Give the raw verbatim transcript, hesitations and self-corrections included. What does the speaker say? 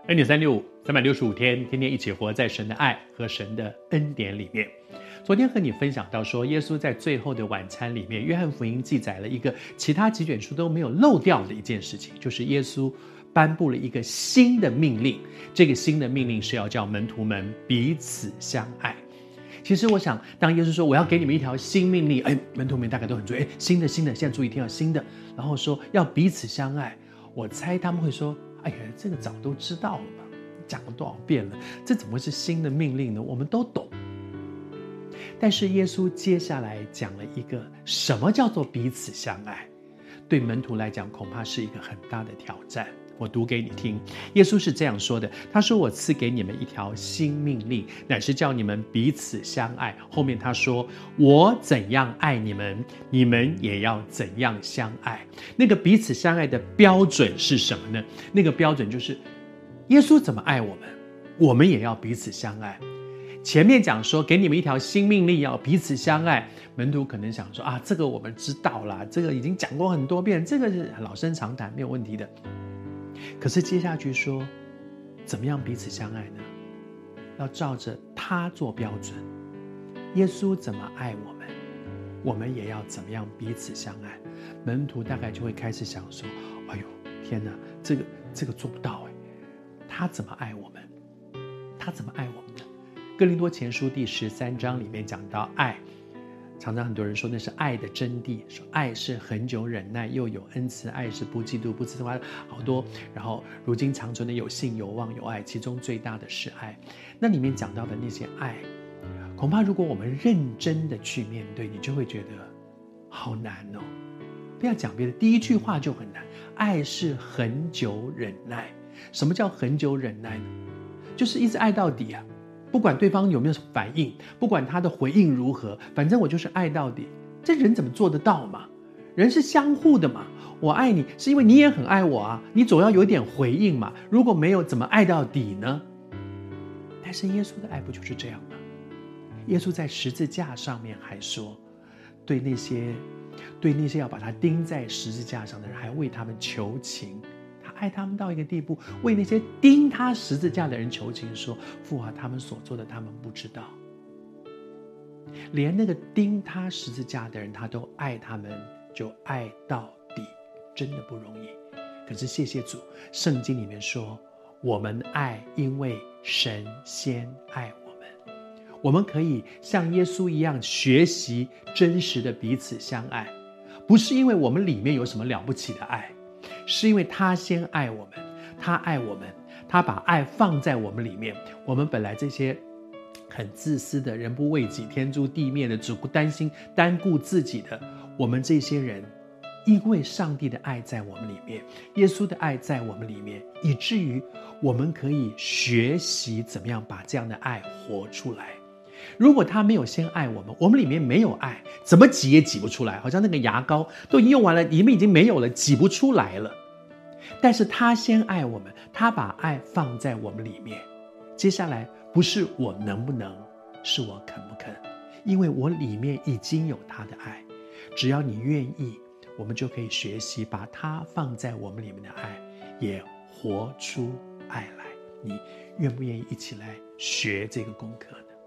恩典三六五，三百六十五天，天天一起活在神的爱和神的恩典里面。昨天和你分享到说，耶稣在最后的晚餐里面，约翰福音记载了一个其他几卷书都没有漏掉的一件事情，就是耶稣颁布了一个新的命令。这个新的命令是要叫门徒们彼此相爱。其实我想，当耶稣说我要给你们一条新命令，哎，门徒们大概都很注意，哎，新的新的，现在注意听到新的，然后说要彼此相爱。我猜他们会说，哎呀，这个早都知道了吧，讲了多少遍了，这怎么会是新的命令呢？我们都懂。但是耶稣接下来讲了一个什么叫做彼此相爱，对门徒来讲恐怕是一个很大的挑战。我读给你听，耶稣是这样说的，他说我赐给你们一条新命令，乃是叫你们彼此相爱。后面他说我怎样爱你们，你们也要怎样相爱。那个彼此相爱的标准是什么呢？那个标准就是耶稣怎么爱我们，我们也要彼此相爱。前面讲说给你们一条新命令，要彼此相爱，门徒可能想说啊，这个我们知道啦，这个已经讲过很多遍，这个是老生常谈，没有问题的。可是接下去说怎么样彼此相爱呢？要照着他做标准，耶稣怎么爱我们，我们也要怎么样彼此相爱。门徒大概就会开始想说，哎呦天哪，这个这个做不到哎，他怎么爱我们，他怎么爱我们呢？哥林多前书第十三章里面讲到爱，常常很多人说那是爱的真谛，说爱是恒久忍耐，又有恩慈，爱是不嫉妒不自夸，好多。然后如今长存的有信有望有爱，其中最大的是爱。那里面讲到的那些爱，恐怕如果我们认真的去面对，你就会觉得好难哦。不要讲别的，第一句话就很难。爱是恒久忍耐。什么叫恒久忍耐呢？就是一直爱到底啊，不管对方有没有反应，不管他的回应如何，反正我就是爱到底。这人怎么做得到嘛？人是相互的嘛，我爱你是因为你也很爱我啊，你总要有一点回应嘛，如果没有怎么爱到底呢？但是耶稣的爱不就是这样吗？耶稣在十字架上面还说，对那些对那些要把他钉在十字架上的人，还为他们求情。爱他们到一个地步，为那些钉他十字架的人求情，说父啊，他们所做的他们不知道。连那个钉他十字架的人他都爱他们，就爱到底，真的不容易。可是谢谢主，圣经里面说我们爱，因为神先爱我们。我们可以像耶稣一样学习真实的彼此相爱，不是因为我们里面有什么了不起的爱，是因为他先爱我们，他爱我们，他把爱放在我们里面。我们本来这些很自私的人，不为己，天诛地灭的，只顾担心单顾自己的，我们这些人，因为上帝的爱在我们里面，耶稣的爱在我们里面，以至于我们可以学习怎么样把这样的爱活出来。如果他没有先爱我们，我们里面没有爱，怎么挤也挤不出来，好像那个牙膏都已经用完了，里面已经没有了，挤不出来了。但是他先爱我们，他把爱放在我们里面，接下来不是我能不能，是我肯不肯，因为我里面已经有他的爱。只要你愿意，我们就可以学习把他放在我们里面的爱也活出爱来。你愿不愿意一起来学这个功课呢？